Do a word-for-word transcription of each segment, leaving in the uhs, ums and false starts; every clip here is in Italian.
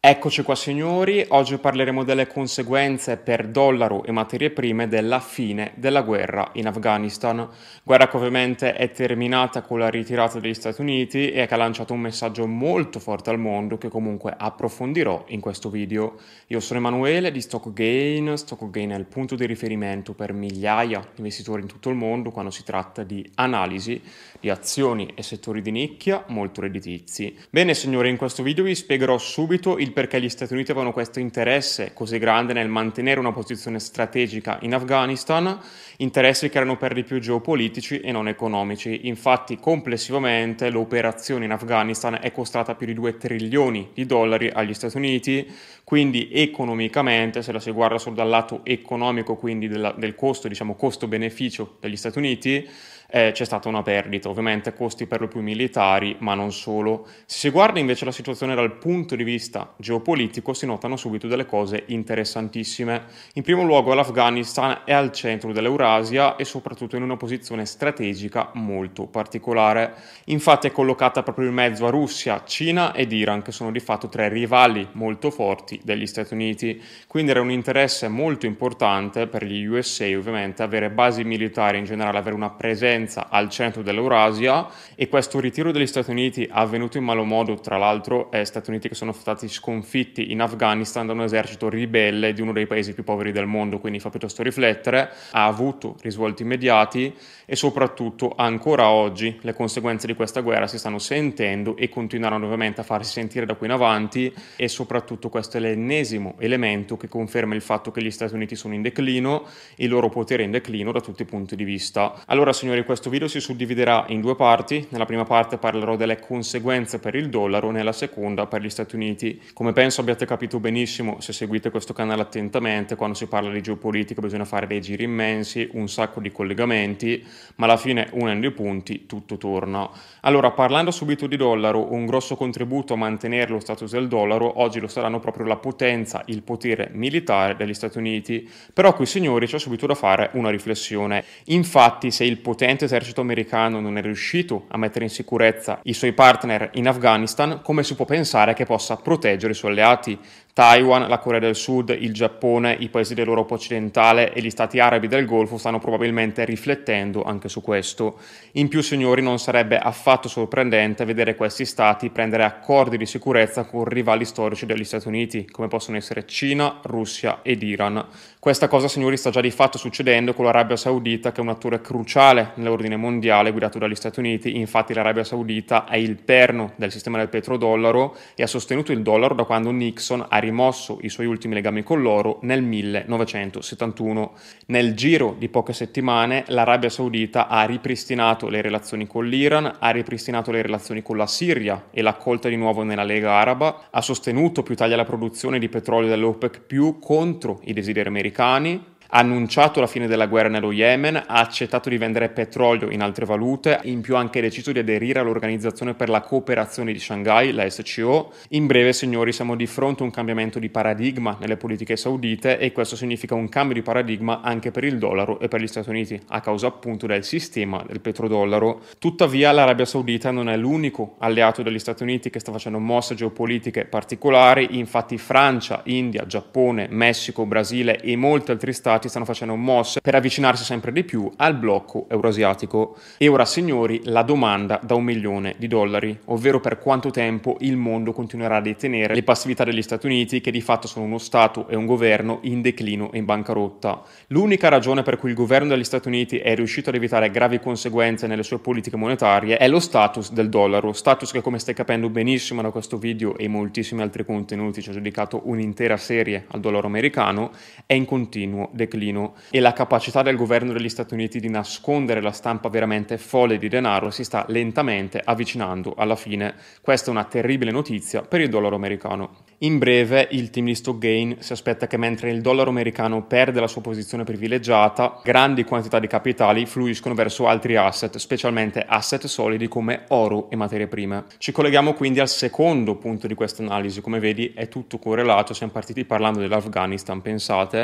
Eccoci qua signori, oggi parleremo delle conseguenze per dollaro e materie prime della fine della guerra in Afghanistan, guerra che ovviamente è terminata con la ritirata degli Stati Uniti e che ha lanciato un messaggio molto forte al mondo che comunque approfondirò in questo video. Io sono Emanuele di StockGain, StockGain è il punto di riferimento per migliaia di investitori in tutto il mondo quando si tratta di analisi di azioni e settori di nicchia molto redditizi. Bene signori, in questo video vi spiegherò subito il perché gli Stati Uniti avevano questo interesse così grande nel mantenere una posizione strategica in Afghanistan, interessi che erano per di più geopolitici e non economici. Infatti complessivamente l'operazione in Afghanistan è costata più di due trilioni di dollari agli Stati Uniti, quindi economicamente, se la si guarda solo dal lato economico, quindi della, del costo, diciamo costo-beneficio degli Stati Uniti, eh, c'è stata una perdita, ovviamente costi per lo più militari, ma non solo. Se si guarda invece la situazione dal punto di vista geopolitico, si notano subito delle cose interessantissime. In primo luogo l'Afghanistan è al centro dell'Eurasia e soprattutto in una posizione strategica molto particolare. Infatti è collocata proprio in mezzo a Russia, Cina ed Iran, che sono di fatto tre rivali molto forti degli Stati Uniti. Quindi era un interesse molto importante per gli U S A ovviamente avere basi militari, in generale avere una presenza al centro dell'Eurasia, e questo ritiro degli Stati Uniti avvenuto in malo modo, tra l'altro è Stati Uniti che sono stati sconfitti in Afghanistan da un esercito ribelle di uno dei paesi più poveri del mondo, quindi fa piuttosto riflettere, ha avuto risvolti immediati e soprattutto ancora oggi le conseguenze di questa guerra si stanno sentendo e continueranno ovviamente a farsi sentire da qui in avanti, e soprattutto questo è l'ennesimo elemento che conferma il fatto che gli Stati Uniti sono in declino, il loro potere è in declino da tutti i punti di vista. Allora signori, questo video si suddividerà in due parti. Nella prima parte parlerò delle conseguenze per il dollaro, nella seconda per gli Stati Uniti. Come penso abbiate capito benissimo se seguite questo canale attentamente, quando si parla di geopolitica bisogna fare dei giri immensi, un sacco di collegamenti, ma alla fine unendo i punti tutto torna. Allora, parlando subito di dollaro, un grosso contributo a mantenere lo status del dollaro oggi lo saranno proprio la potenza, il potere militare degli Stati Uniti. Però qui signori c'è subito da fare una riflessione. Infatti se il potente esercito americano non è riuscito a mettere in sicurezza i suoi partner in Afghanistan, come si può pensare che possa proteggere i suoi alleati? Taiwan, la Corea del Sud, il Giappone, i paesi dell'Europa occidentale e gli stati arabi del Golfo stanno probabilmente riflettendo anche su questo. In più, signori, non sarebbe affatto sorprendente vedere questi stati prendere accordi di sicurezza con rivali storici degli Stati Uniti, come possono essere Cina, Russia ed Iran. Questa cosa, signori, sta già di fatto succedendo con l'Arabia Saudita, che è un attore cruciale nell'ordine mondiale guidato dagli Stati Uniti. Infatti l'Arabia Saudita è il perno del sistema del petrodollaro e ha sostenuto il dollaro da quando Nixon ha rimosso i suoi ultimi legami con l'oro nel millenovecentosettantuno. Nel giro di poche settimane l'Arabia Saudita ha ripristinato le relazioni con l'Iran, ha ripristinato le relazioni con la Siria e l'ha accolta di nuovo nella Lega Araba, ha sostenuto più tagli alla produzione di petrolio dell'OPEC più contro i desideri americani, ha annunciato la fine della guerra nello Yemen, ha accettato di vendere petrolio in altre valute, in più ha anche deciso di aderire all'Organizzazione per la Cooperazione di Shanghai, la S C O. In breve, signori, siamo di fronte a un cambiamento di paradigma nelle politiche saudite, e questo significa un cambio di paradigma anche per il dollaro e per gli Stati Uniti, a causa appunto del sistema del petrodollaro. Tuttavia l'Arabia Saudita non è l'unico alleato degli Stati Uniti che sta facendo mosse geopolitiche particolari. Infatti Francia, India, Giappone, Messico, Brasile e molti altri stati stanno facendo mosse per avvicinarsi sempre di più al blocco eurasiatico. E ora signori, la domanda da un milione di dollari, ovvero per quanto tempo il mondo continuerà a detenere le passività degli Stati Uniti, che di fatto sono uno Stato e un governo in declino e in bancarotta. L'unica ragione per cui il governo degli Stati Uniti è riuscito ad evitare gravi conseguenze nelle sue politiche monetarie è lo status del dollaro, status che, come stai capendo benissimo da questo video e moltissimi altri contenuti, ci ho dedicato un'intera serie al dollaro americano, è in continuo declino. E la capacità del governo degli Stati Uniti di nascondere la stampa veramente folle di denaro si sta lentamente avvicinando alla fine. Questa è una terribile notizia per il dollaro americano. In breve, il team di StockGain si aspetta che mentre il dollaro americano perde la sua posizione privilegiata, grandi quantità di capitali fluiscono verso altri asset, specialmente asset solidi come oro e materie prime. Ci colleghiamo quindi al secondo punto di questa analisi. Come vedi è tutto correlato, siamo partiti parlando dell'Afghanistan, pensate,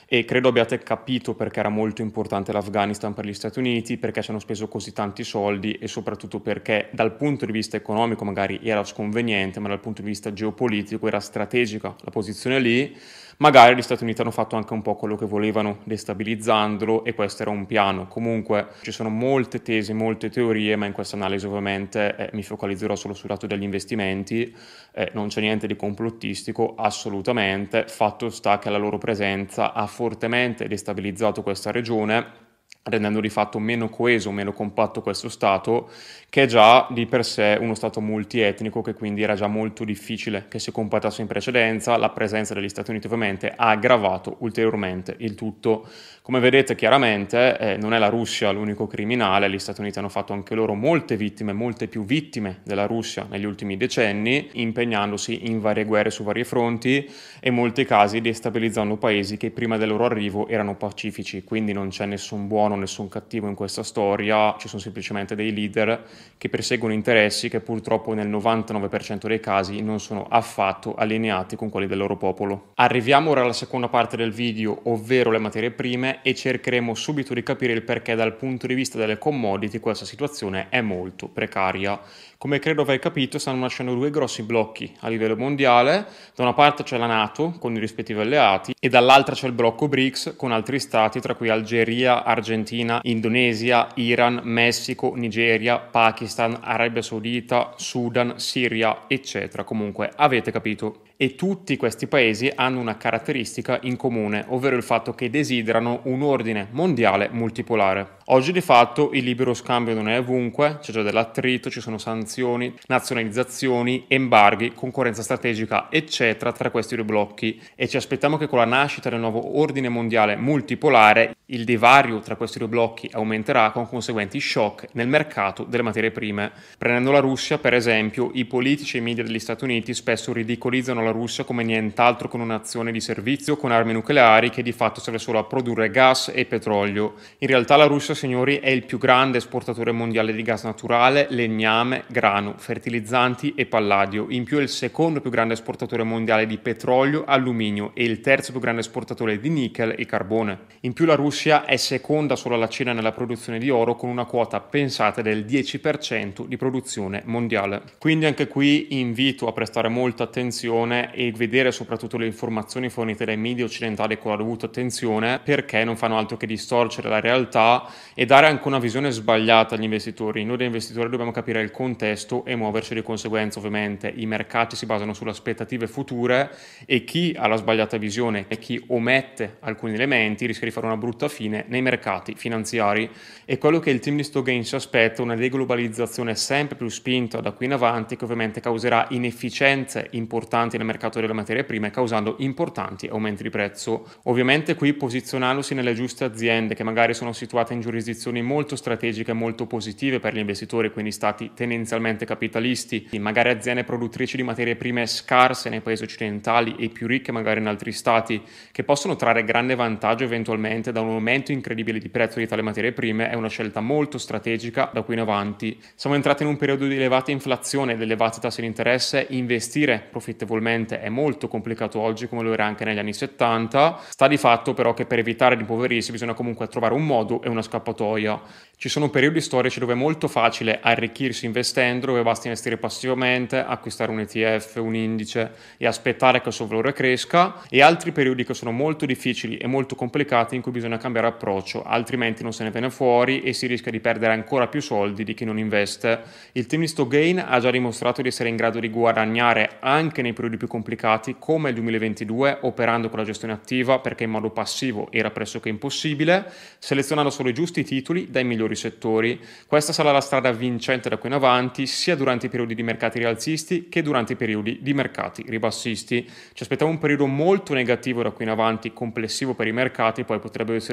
e credo abbiate capito perché era molto importante l'Afghanistan per gli Stati Uniti, perché ci hanno speso così tanti soldi e soprattutto perché dal punto di vista economico magari era sconveniente, ma dal punto di vista geopolitico era strategica la posizione lì. Magari gli Stati Uniti hanno fatto anche un po' quello che volevano, destabilizzandolo, e questo era un piano. Comunque ci sono molte tesi, molte teorie, ma in questa analisi ovviamente eh, mi focalizzerò solo sul lato degli investimenti. Eh, non c'è niente di complottistico, assolutamente. Fatto sta che la loro presenza ha fortemente destabilizzato questa regione, rendendo di fatto meno coeso, meno compatto questo Stato, che è già di per sé uno Stato multietnico, che quindi era già molto difficile che si compattasse in precedenza. La presenza degli Stati Uniti ovviamente ha aggravato ulteriormente il tutto. Come vedete chiaramente eh, non è la Russia l'unico criminale, gli Stati Uniti hanno fatto anche loro molte vittime, molte più vittime della Russia negli ultimi decenni, impegnandosi in varie guerre su vari fronti e in molti casi destabilizzando paesi che prima del loro arrivo erano pacifici, quindi non c'è nessun buono, nessun cattivo in questa storia, ci sono semplicemente dei leader che perseguono interessi che purtroppo nel novantanove per cento dei casi non sono affatto allineati con quelli del loro popolo. Arriviamo ora alla seconda parte del video, ovvero le materie prime, e cercheremo subito di capire il perché dal punto di vista delle commodity questa situazione è molto precaria. Come credo avrei capito, stanno nascendo due grossi blocchi a livello mondiale. Da una parte c'è la NATO con i rispettivi alleati e dall'altra c'è il blocco BRICS con altri stati, tra cui Algeria, Argentina, Indonesia, Iran, Messico, Nigeria, Pakistan, Arabia Saudita, Sudan, Siria, eccetera. Comunque avete capito. E tutti questi paesi hanno una caratteristica in comune, ovvero il fatto che desiderano un ordine mondiale multipolare. Oggi di fatto il libero scambio non è ovunque, c'è già dell'attrito, ci sono sanzioni, nazionalizzazioni, embarghi, concorrenza strategica, eccetera, tra questi due blocchi, e ci aspettiamo che con la nascita del nuovo ordine mondiale multipolare il divario tra questi due blocchi aumenterà con conseguenti shock nel mercato delle materie prime. Prendendo la Russia, per esempio, i politici e i media degli Stati Uniti spesso ridicolizzano la Russia come nient'altro che un'azione di servizio con armi nucleari che di fatto serve solo a produrre gas e petrolio. In realtà la Russia, signori, è il più grande esportatore mondiale di gas naturale, legname, grano, fertilizzanti e palladio. In più è il secondo più grande esportatore mondiale di petrolio, alluminio e il terzo più grande esportatore di nickel e carbone. In più la Russia è seconda solo alla Cina nella produzione di oro, con una quota pensata del dieci per cento di produzione mondiale. Quindi anche qui invito a prestare molta attenzione e vedere soprattutto le informazioni fornite dai media occidentali con la dovuta attenzione, perché non fanno altro che distorcere la realtà e dare anche una visione sbagliata agli investitori. Noi da investitori dobbiamo capire il contesto e muoverci di conseguenza. Ovviamente i mercati si basano sulle aspettative future e chi ha la sbagliata visione e chi omette alcuni elementi rischia di fare una brutta fine nei mercati finanziari. E quello che il team di Stogain si aspetta è una deglobalizzazione sempre più spinta da qui in avanti, che ovviamente causerà inefficienze importanti nel mercato delle materie prime, causando importanti aumenti di prezzo. Ovviamente qui posizionandosi nelle giuste aziende che magari sono situate in giurisdizioni molto strategiche e molto positive per gli investitori, quindi stati tendenzialmente capitalisti, magari aziende produttrici di materie prime scarse nei paesi occidentali e più ricche magari in altri stati, che possono trarre grande vantaggio eventualmente da un aumento incredibile di prezzo di tale materie prime, è una scelta molto strategica da qui in avanti. Siamo entrati in un periodo di elevata inflazione ed elevati tassi di interesse. Investire profittevolmente è molto complicato oggi, come lo era anche negli anni settanta. Sta di fatto però che per evitare di impoverirsi bisogna comunque trovare un modo e una scappatoia. Ci sono periodi storici dove è molto facile arricchirsi investendo, dove basta investire passivamente, acquistare un E T F, un indice e aspettare che il suo valore cresca, e altri periodi che sono molto difficili e molto complicati in cui bisogna cambiare approccio, altrimenti non se ne viene fuori e si rischia di perdere ancora più soldi di chi non investe. Il team di Stogain ha già dimostrato di essere in grado di guadagnare anche nei periodi più complicati come il duemilaventidue, operando con la gestione attiva, perché in modo passivo era pressoché impossibile, selezionando solo i giusti titoli dai migliori settori. Questa sarà la strada vincente da qui in avanti, sia durante i periodi di mercati rialzisti che durante i periodi di mercati ribassisti. Ci aspettiamo un periodo molto negativo da qui in avanti, complessivo per i mercati, poi potrebbero esserci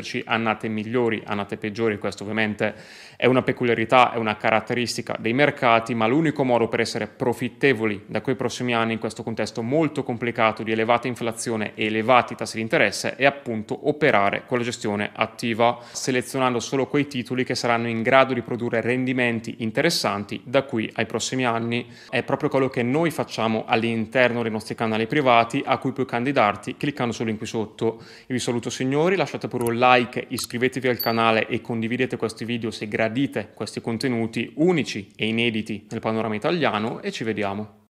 esserci annate migliori, annate peggiori, questo ovviamente è una peculiarità, è una caratteristica dei mercati, ma l'unico modo per essere profittevoli da quei prossimi anni in questo contesto molto complicato di elevata inflazione e elevati tassi di interesse è appunto operare con la gestione attiva, selezionando solo quei titoli che saranno in grado di produrre rendimenti interessanti da qui ai prossimi anni. È proprio quello che noi facciamo all'interno dei nostri canali privati, a cui puoi candidarti cliccando sul link qui sotto. Io vi saluto signori, lasciate pure un like, iscrivetevi al canale e condividete questi video se gradite questi contenuti unici e inediti nel panorama italiano, e ci vediamo.